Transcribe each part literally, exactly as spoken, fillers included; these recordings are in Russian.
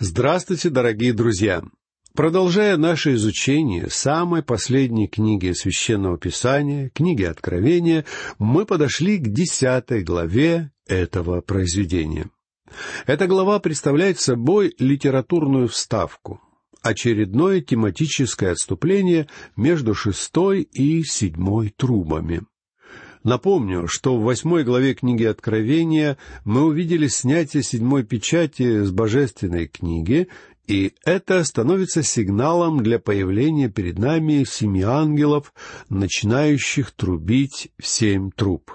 Здравствуйте, дорогие друзья! Продолжая наше изучение самой последней книги Священного Писания, книги Откровения, мы подошли к десятой главе этого произведения. Эта глава представляет собой литературную вставку, очередное тематическое отступление между шестой и седьмой трубами. Напомню, что в восьмой главе книги Откровения мы увидели снятие седьмой печати с божественной книги, и это становится сигналом для появления перед нами семи ангелов, начинающих трубить в семь труб.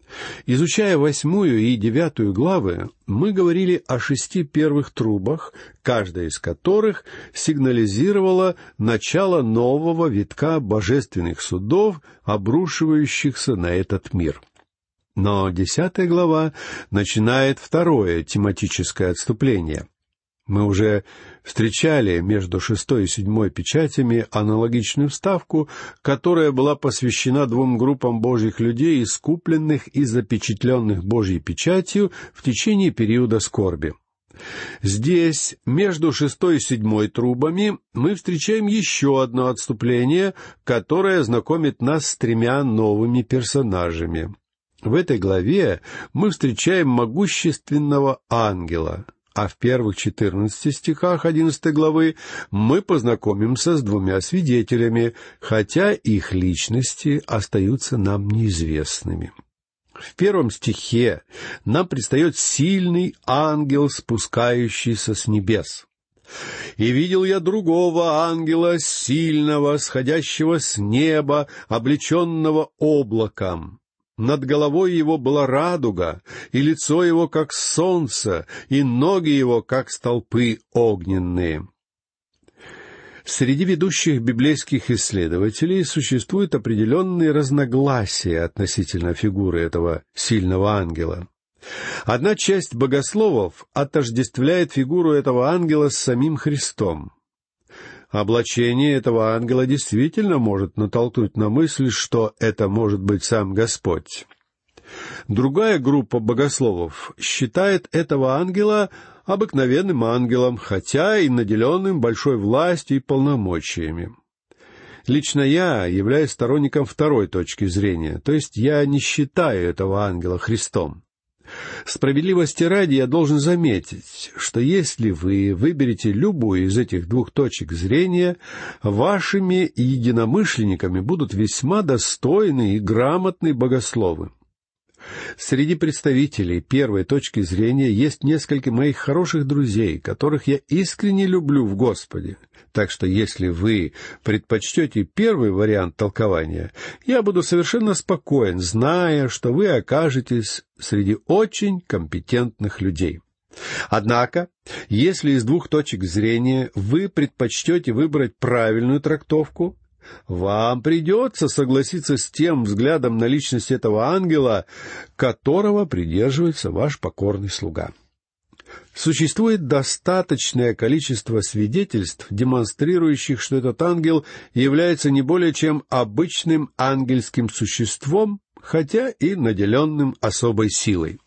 Изучая восьмую и девятую главы, мы говорили о шести первых трубах, каждая из которых сигнализировала начало нового витка божественных судов, обрушивающихся на этот мир. Но десятая глава начинает второе тематическое отступление. Мы уже встречали между шестой и седьмой печатями аналогичную вставку, которая была посвящена двум группам Божьих людей, искупленных и запечатленных Божьей печатью в течение периода скорби. Здесь, между шестой и седьмой трубами, мы встречаем еще одно отступление, которое знакомит нас с тремя новыми персонажами. В этой главе мы встречаем могущественного ангела, а в первых четырнадцати стихах одиннадцатой главы мы познакомимся с двумя свидетелями, хотя их личности остаются нам неизвестными. В первом стихе нам предстает сильный ангел, спускающийся с небес. «И видел я другого ангела, сильного, сходящего с неба, облеченного облаком. Над головой его была радуга, и лицо его, как солнце, и ноги его, как столпы огненные». Среди ведущих библейских исследователей существуют определенные разногласия относительно фигуры этого сильного ангела. Одна часть богословов отождествляет фигуру этого ангела с самим Христом. Облачение этого ангела действительно может натолкнуть на мысль, что это может быть сам Господь. Другая группа богословов считает этого ангела обыкновенным ангелом, хотя и наделенным большой властью и полномочиями. Лично я являюсь сторонником второй точки зрения, то есть я не считаю этого ангела Христом. Справедливости ради я должен заметить, что если вы выберете любую из этих двух точек зрения, вашими единомышленниками будут весьма достойные и грамотные богословы. Среди представителей первой точки зрения есть несколько моих хороших друзей, которых я искренне люблю в Господе. Так что если вы предпочтете первый вариант толкования, я буду совершенно спокоен, зная, что вы окажетесь среди очень компетентных людей. Однако, если из двух точек зрения вы предпочтете выбрать правильную трактовку, вам придется согласиться с тем взглядом на личность этого ангела, которого придерживается ваш покорный слуга. Существует достаточное количество свидетельств, демонстрирующих, что этот ангел является не более чем обычным ангельским существом, хотя и наделенным особой силой.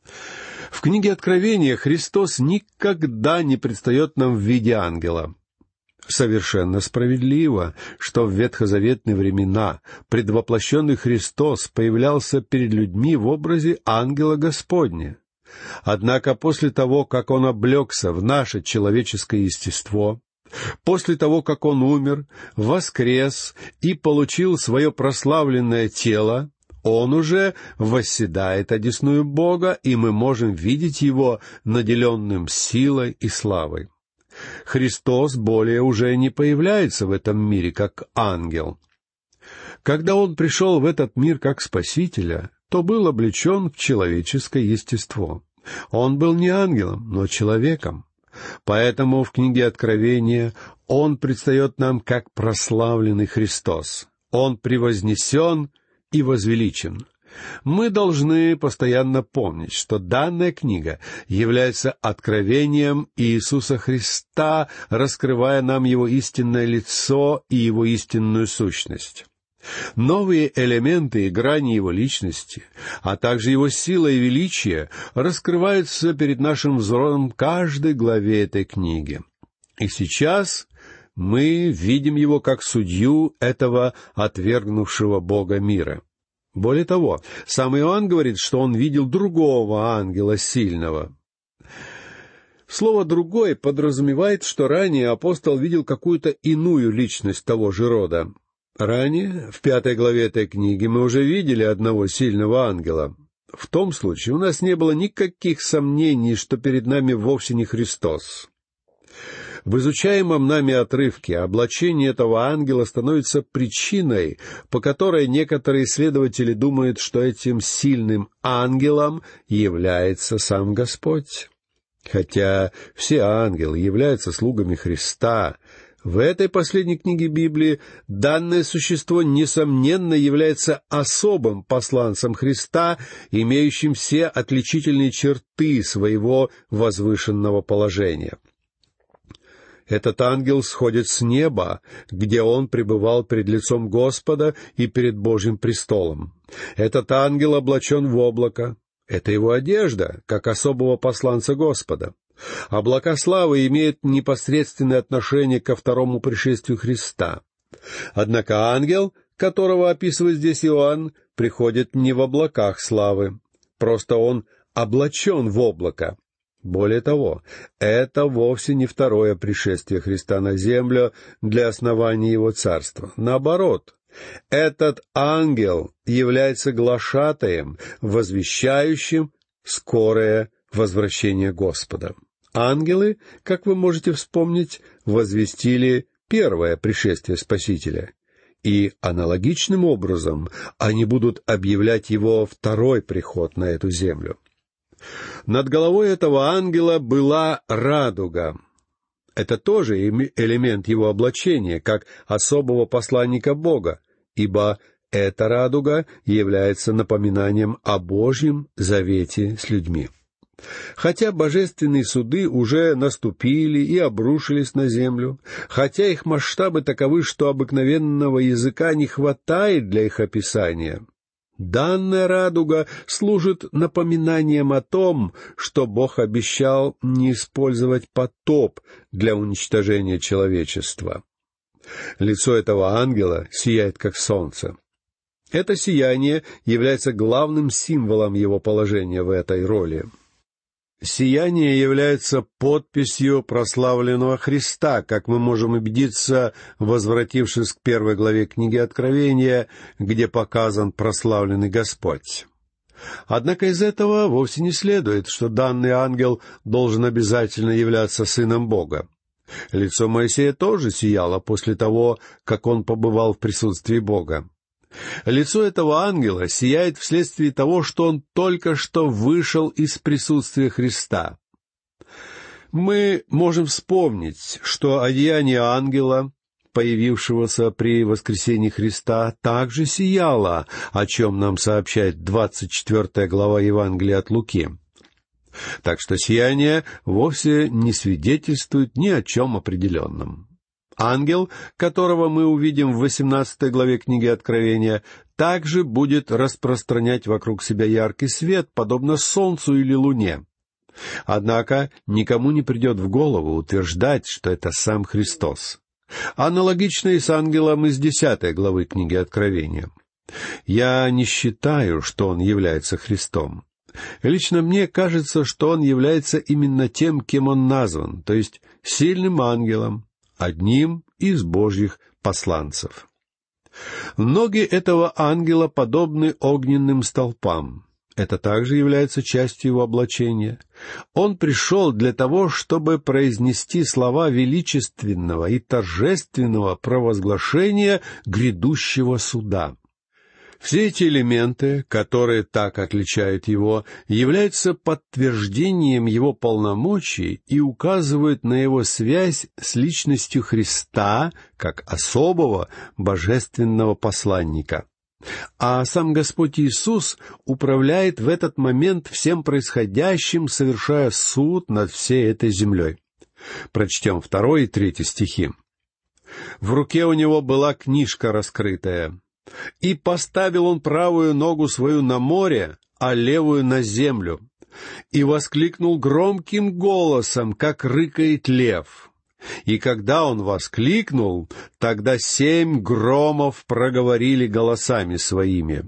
В книге Откровения Христос никогда не предстает нам в виде ангела. Совершенно справедливо, что в ветхозаветные времена предвоплощенный Христос появлялся перед людьми в образе ангела Господня. Однако после того, как Он облегся в наше человеческое естество, после того, как Он умер, воскрес и получил свое прославленное тело, Он уже восседает одесную Бога, и мы можем видеть Его наделенным силой и славой. Христос более уже не появляется в этом мире как ангел. Когда Он пришел в этот мир как Спасителя, то был облечен в человеческое естество. Он был не ангелом, но человеком. Поэтому в книге Откровения Он предстает нам как прославленный Христос. Он превознесен и возвеличен. Мы должны постоянно помнить, что данная книга является откровением Иисуса Христа, раскрывая нам Его истинное лицо и Его истинную сущность. Новые элементы и грани его личности, а также его сила и величие раскрываются перед нашим взором в каждой главе этой книги. И сейчас мы видим его как судью этого отвергнувшего Бога мира. Более того, сам Иоанн говорит, что он видел другого ангела сильного. Слово «другой» подразумевает, что ранее апостол видел какую-то иную личность того же рода. Ранее, в пятой главе этой книги, мы уже видели одного сильного ангела. В том случае у нас не было никаких сомнений, что перед нами вовсе не Христос. В изучаемом нами отрывке облачение этого ангела становится причиной, по которой некоторые исследователи думают, что этим сильным ангелом является сам Господь. Хотя все ангелы являются слугами Христа, в этой последней книге Библии данное существо, несомненно, является особым посланцем Христа, имеющим все отличительные черты своего возвышенного положения. Этот ангел сходит с неба, где он пребывал пред лицом Господа и перед Божьим престолом. Этот ангел облачен в облако. Это его одежда, как особого посланца Господа. Облака славы имеют непосредственное отношение ко второму пришествию Христа. Однако ангел, которого описывает здесь Иоанн, приходит не в облаках славы. Просто он облачен в облако. Более того, это вовсе не второе пришествие Христа на землю для основания Его царства. Наоборот, этот ангел является глашатаем, возвещающим скорое возвращение Господа. Ангелы, как вы можете вспомнить, возвестили первое пришествие Спасителя, и аналогичным образом они будут объявлять Его второй приход на эту землю. Над головой этого ангела была радуга. Это тоже элемент его облачения, как особого посланника Бога, ибо эта радуга является напоминанием о Божьем завете с людьми. Хотя божественные суды уже наступили и обрушились на землю, хотя их масштабы таковы, что обыкновенного языка не хватает для их описания, данная радуга служит напоминанием о том, что Бог обещал не использовать потоп для уничтожения человечества. Лицо этого ангела сияет, как солнце. Это сияние является главным символом его положения в этой роли. Сияние является подписью прославленного Христа, как мы можем убедиться, возвратившись к первой главе книги Откровения, где показан прославленный Господь. Однако из этого вовсе не следует, что данный ангел должен обязательно являться сыном Бога. Лицо Моисея тоже сияло после того, как он побывал в присутствии Бога. Лицо этого ангела сияет вследствие того, что он только что вышел из присутствия Христа. Мы можем вспомнить, что одеяние ангела, появившегося при воскресении Христа, также сияло, о чем нам сообщает двадцать четвёртая глава Евангелия от Луки. Так что сияние вовсе не свидетельствует ни о чем определенном. Ангел, которого мы увидим в восемнадцатой главе книги Откровения, также будет распространять вокруг себя яркий свет, подобно солнцу или луне. Однако никому не придет в голову утверждать, что это сам Христос. Аналогично и с ангелом из десятой главы книги Откровения. Я не считаю, что он является Христом. Лично мне кажется, что он является именно тем, кем он назван, то есть сильным ангелом, одним из Божьих посланцев. Ноги этого ангела подобны огненным столпам. Это также является частью его облачения. Он пришел для того, чтобы произнести слова величественного и торжественного провозглашения грядущего суда. Все эти элементы, которые так отличают его, являются подтверждением его полномочий и указывают на его связь с личностью Христа как особого божественного посланника. А сам Господь Иисус управляет в этот момент всем происходящим, совершая суд над всей этой землей. Прочтем второй и третий стихи. «В руке у него была книжка раскрытая. И поставил он правую ногу свою на море, а левую на землю. И воскликнул громким голосом, как рыкает лев. И когда он воскликнул, тогда семь громов проговорили голосами своими.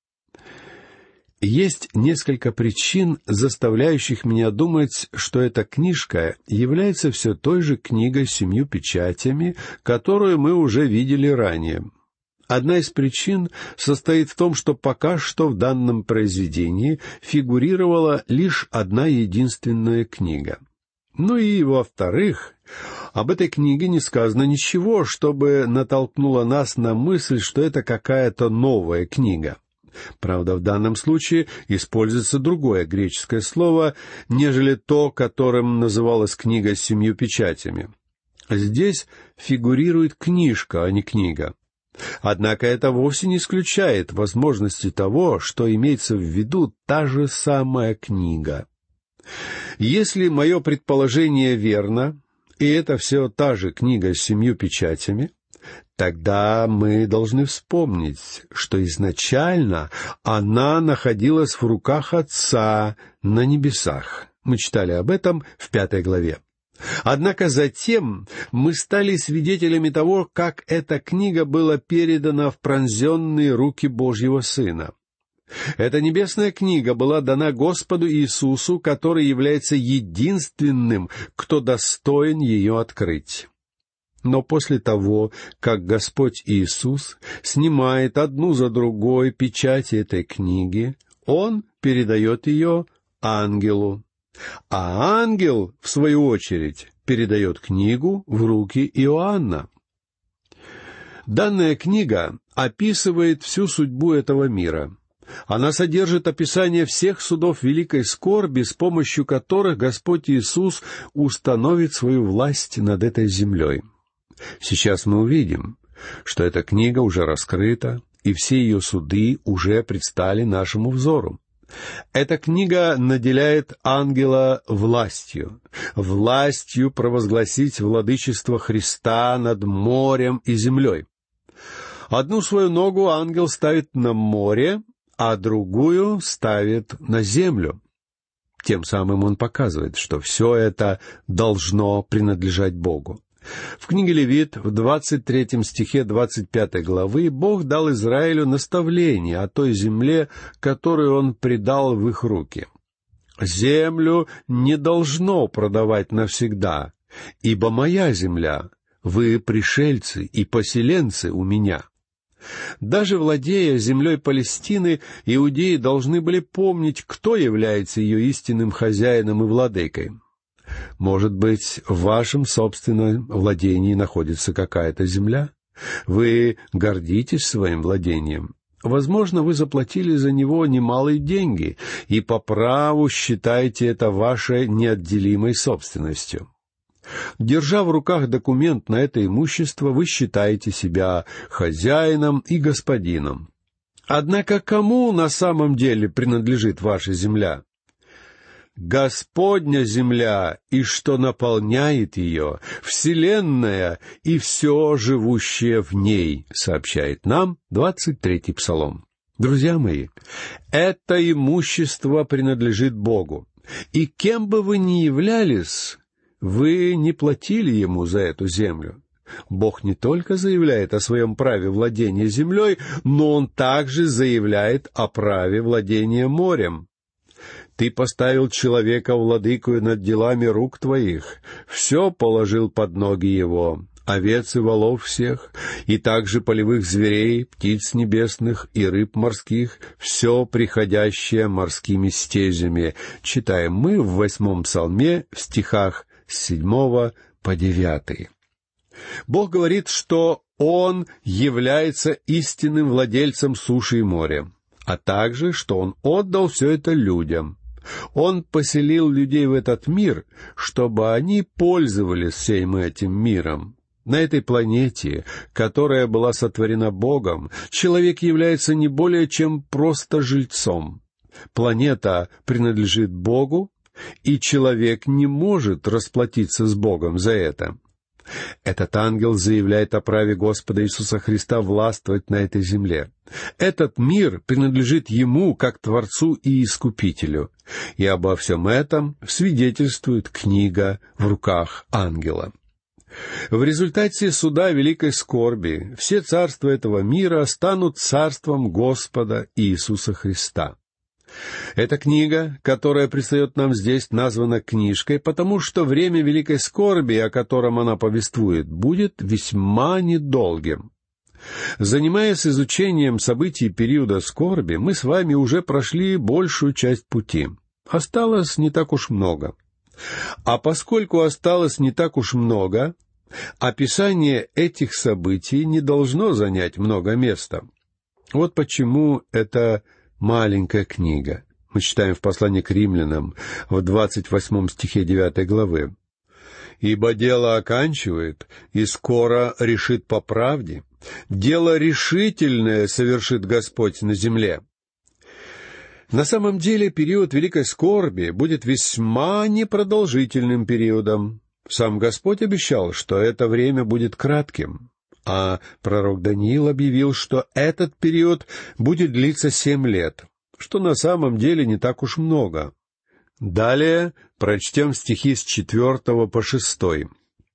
Есть несколько причин, заставляющих меня думать, что эта книжка является все той же книгой с семью печатями, которую мы уже видели ранее. Одна из причин состоит в том, что пока что в данном произведении фигурировала лишь одна единственная книга. Ну и, во-вторых, об этой книге не сказано ничего, чтобы натолкнуло нас на мысль, что это какая-то новая книга. Правда, в данном случае используется другое греческое слово, нежели то, которым называлась книга с семью печатями. Здесь фигурирует книжка, а не книга. Однако это вовсе не исключает возможности того, что имеется в виду та же самая книга. Если мое предположение верно, и это все та же книга с семью печатями, тогда мы должны вспомнить, что изначально она находилась в руках Отца на небесах. Мы читали об этом в пятой главе. Однако затем мы стали свидетелями того, как эта книга была передана в пронзенные руки Божьего Сына. Эта небесная книга была дана Господу Иисусу, который является единственным, кто достоин ее открыть. Но после того, как Господь Иисус снимает одну за другой печати этой книги, Он передает ее ангелу. А ангел, в свою очередь, передает книгу в руки Иоанна. Данная книга описывает всю судьбу этого мира. Она содержит описание всех судов великой скорби, с помощью которых Господь Иисус установит свою власть над этой землей. Сейчас мы увидим, что эта книга уже раскрыта, и все ее суды уже предстали нашему взору. Эта книга наделяет ангела властью, властью провозгласить владычество Христа над морем и землей. Одну свою ногу ангел ставит на море, а другую ставит на землю. Тем самым он показывает, что все это должно принадлежать Богу. В книге Левит, в двадцать третьем стихе двадцать пятой главы, Бог дал Израилю наставление о той земле, которую Он предал в их руки. «Землю не должно продавать навсегда, ибо моя земля, вы пришельцы и поселенцы у меня». Даже владея землей Палестины, иудеи должны были помнить, кто является ее истинным хозяином и владыкой. Может быть, в вашем собственном владении находится какая-то земля? Вы гордитесь своим владением. Возможно, вы заплатили за него немалые деньги и по праву считаете это вашей неотделимой собственностью. Держа в руках документ на это имущество, вы считаете себя хозяином и господином. Однако кому на самом деле принадлежит ваша земля? Господня земля, и что наполняет ее, вселенная и все живущее в ней, сообщает нам двадцать третий псалом. Друзья мои, это имущество принадлежит Богу, и кем бы вы ни являлись, вы не платили Ему за эту землю. Бог не только заявляет о своем праве владения землей, но Он также заявляет о праве владения морем. «Ты поставил человека владыкою над делами рук твоих, все положил под ноги его, овец и волов всех, и также полевых зверей, птиц небесных и рыб морских, все приходящее морскими стезями», читаем мы в восьмом псалме в стихах с седьмого по девятый. Бог говорит, что Он является истинным владельцем суши и моря, а также, что Он отдал все это людям. Он поселил людей в этот мир, чтобы они пользовались всем этим миром. На этой планете, которая была сотворена Богом, человек является не более чем просто жильцом. Планета принадлежит Богу, и человек не может расплатиться с Богом за это. Этот ангел заявляет о праве Господа Иисуса Христа властвовать на этой земле. Этот мир принадлежит Ему как Творцу и Искупителю. И обо всем этом свидетельствует книга в руках ангела. В результате суда великой скорби все царства этого мира станут царством Господа Иисуса Христа. Эта книга, которая предстает нам здесь, названа книжкой, потому что время великой скорби, о котором она повествует, будет весьма недолгим. Занимаясь изучением событий периода скорби, мы с вами уже прошли большую часть пути. Осталось не так уж много. А поскольку осталось не так уж много, описание этих событий не должно занять много места. Вот почему это маленькая книга. Мы читаем в послании к римлянам в двадцать восьмом стихе девятой главы. «Ибо дело оканчивает, и скоро решит по правде. Дело решительное совершит Господь на земле». На самом деле период великой скорби будет весьма непродолжительным периодом. Сам Господь обещал, что это время будет кратким. А пророк Даниил объявил, что этот период будет длиться семь лет, что на самом деле не так уж много. Далее прочтем стихи с четвертого по шестой.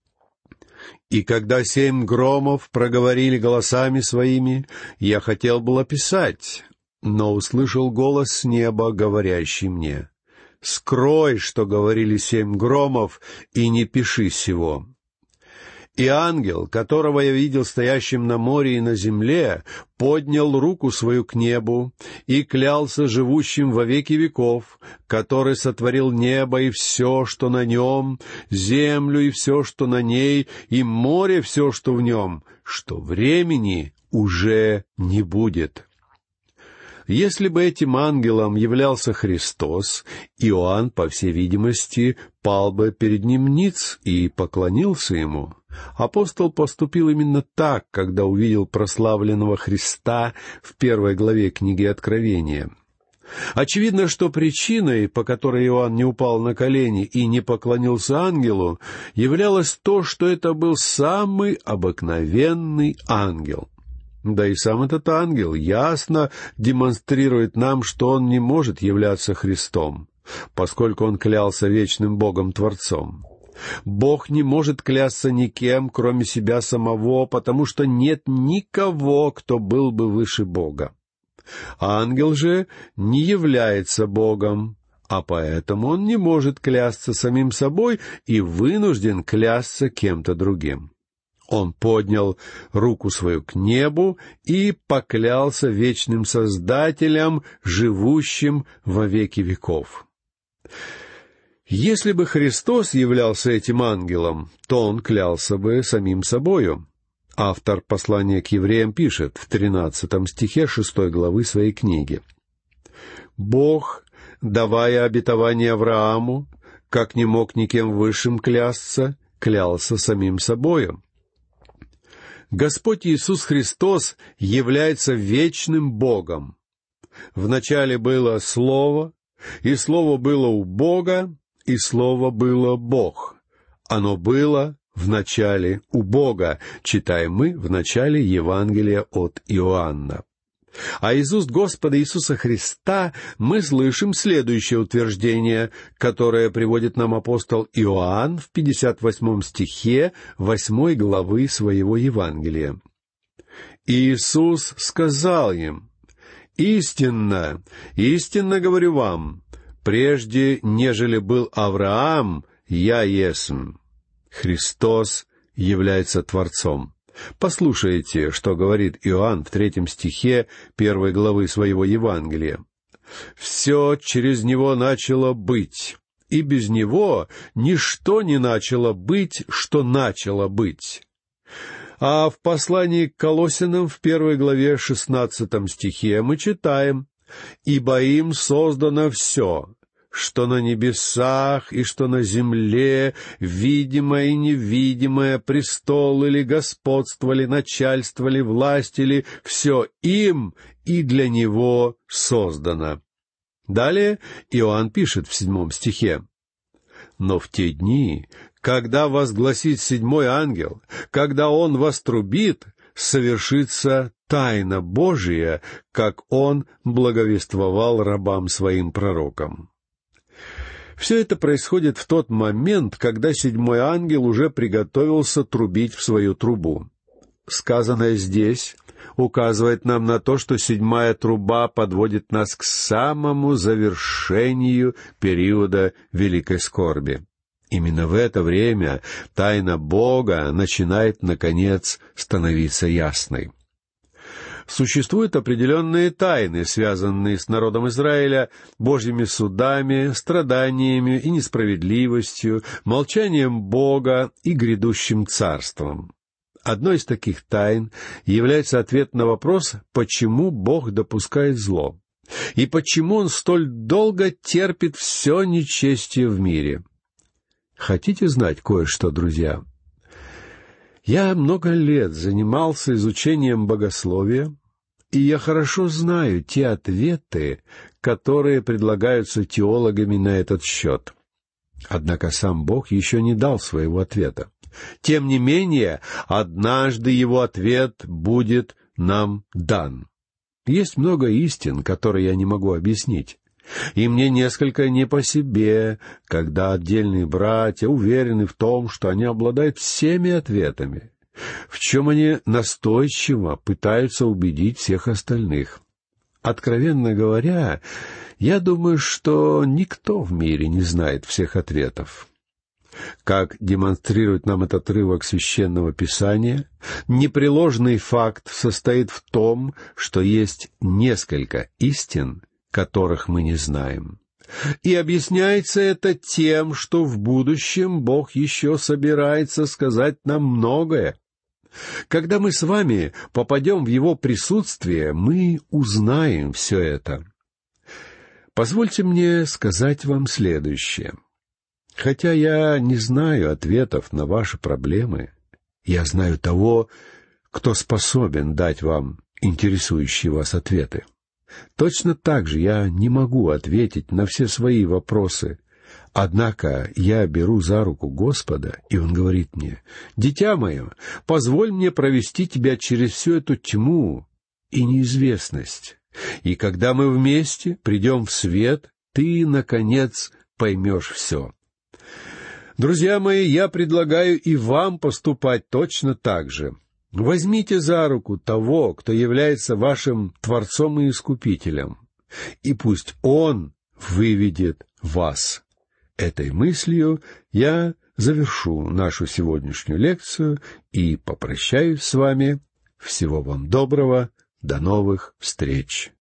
«И когда семь громов проговорили голосами своими, я хотел было писать, но услышал голос с неба, говорящий мне: скрой, что говорили семь громов, и не пиши сего». И ангел, которого я видел стоящим на море и на земле, поднял руку свою к небу и клялся живущим во веки веков, который сотворил небо и все, что на нем, землю и все, что на ней, и море все, что в нем, что времени уже не будет. Если бы этим ангелом являлся Христос, Иоанн, по всей видимости, пал бы перед ним ниц и поклонился ему. Апостол поступил именно так, когда увидел прославленного Христа в первой главе книги Откровения. Очевидно, что причиной, по которой Иоанн не упал на колени и не поклонился ангелу, являлось то, что это был самый обыкновенный ангел. Да и сам этот ангел ясно демонстрирует нам, что он не может являться Христом, поскольку он клялся вечным Богом-творцом. Бог не может клясться никем, кроме себя самого, потому что нет никого, кто был бы выше Бога. Ангел же не является Богом, а поэтому он не может клясться самим собой и вынужден клясться кем-то другим. Он поднял руку свою к небу и поклялся вечным Создателем, живущим во веки веков. Если бы Христос являлся этим ангелом, то он клялся бы самим собою. Автор послания к евреям пишет в тринадцатом стихе шестой главы своей книги: «Бог, давая обетование Аврааму, как не мог никем высшим клясться, клялся самим собою». Господь Иисус Христос является вечным Богом. Вначале было Слово, и Слово было у Бога, и Слово было Бог. Оно было в начале у Бога, читаем мы в начале Евангелия от Иоанна. А из уст Господа Иисуса Христа мы слышим следующее утверждение, которое приводит нам апостол Иоанн в пятьдесят восьмом стихе восьмой главы своего Евангелия. «Иисус сказал им: истинно, истинно говорю вам, прежде нежели был Авраам, я есмь». Христос является Творцом. Послушайте, что говорит Иоанн в третьем стихе первой главы своего Евангелия. «Все через Него начало быть, и без Него ничто не начало быть, что начало быть». А в послании к Колоссянам в первой главе шестнадцатом стихе мы читаем: «Ибо им создано все, что на небесах и что на земле, видимое и невидимое, престол или господство ли, начальство ли, власть ли, все им и для Него создано». Далее Иоанн пишет в седьмом стихе: «Но в те дни, Когда возгласит седьмой ангел, когда он вострубит, совершится тайна Божия, как он благовествовал рабам своим пророкам. Все это происходит в тот момент, когда седьмой ангел уже приготовился трубить в свою трубу. Сказанное здесь указывает нам на то, что седьмая труба подводит нас к самому завершению периода великой скорби. Именно в это время тайна Бога начинает, наконец, становиться ясной. Существуют определенные тайны, связанные с народом Израиля, Божьими судами, страданиями и несправедливостью, молчанием Бога и грядущим царством. Одной из таких тайн является ответ на вопрос, почему Бог допускает зло, и почему Он столь долго терпит все нечестие в мире. Хотите знать кое-что, друзья? Я много лет занимался изучением богословия, и я хорошо знаю те ответы, которые предлагаются теологами на этот счет. Однако сам Бог еще не дал своего ответа. Тем не менее, однажды Его ответ будет нам дан. Есть много истин, которые я не могу объяснить. И мне несколько не по себе, когда отдельные братья уверены в том, что они обладают всеми ответами, в чем они настойчиво пытаются убедить всех остальных. Откровенно говоря, я думаю, что никто в мире не знает всех ответов. Как демонстрирует нам этот отрывок Священного Писания, непреложный факт состоит в том, что есть несколько истин, которых мы не знаем. И объясняется это тем, что в будущем Бог еще собирается сказать нам многое. Когда мы с вами попадем в Его присутствие, мы узнаем все это. Позвольте мне сказать вам следующее. Хотя я не знаю ответов на ваши проблемы, я знаю того, кто способен дать вам интересующие вас ответы. Точно так же я не могу ответить на все свои вопросы. Однако я беру за руку Господа, и Он говорит мне: «Дитя мое, позволь мне провести тебя через всю эту тьму и неизвестность. И когда мы вместе придем в свет, ты, наконец, поймешь все». Друзья мои, я предлагаю и вам поступать точно так же. Возьмите за руку того, кто является вашим Творцом и Искупителем, и пусть Он выведет вас. Этой мыслью я завершу нашу сегодняшнюю лекцию и попрощаюсь с вами. Всего вам доброго, до новых встреч.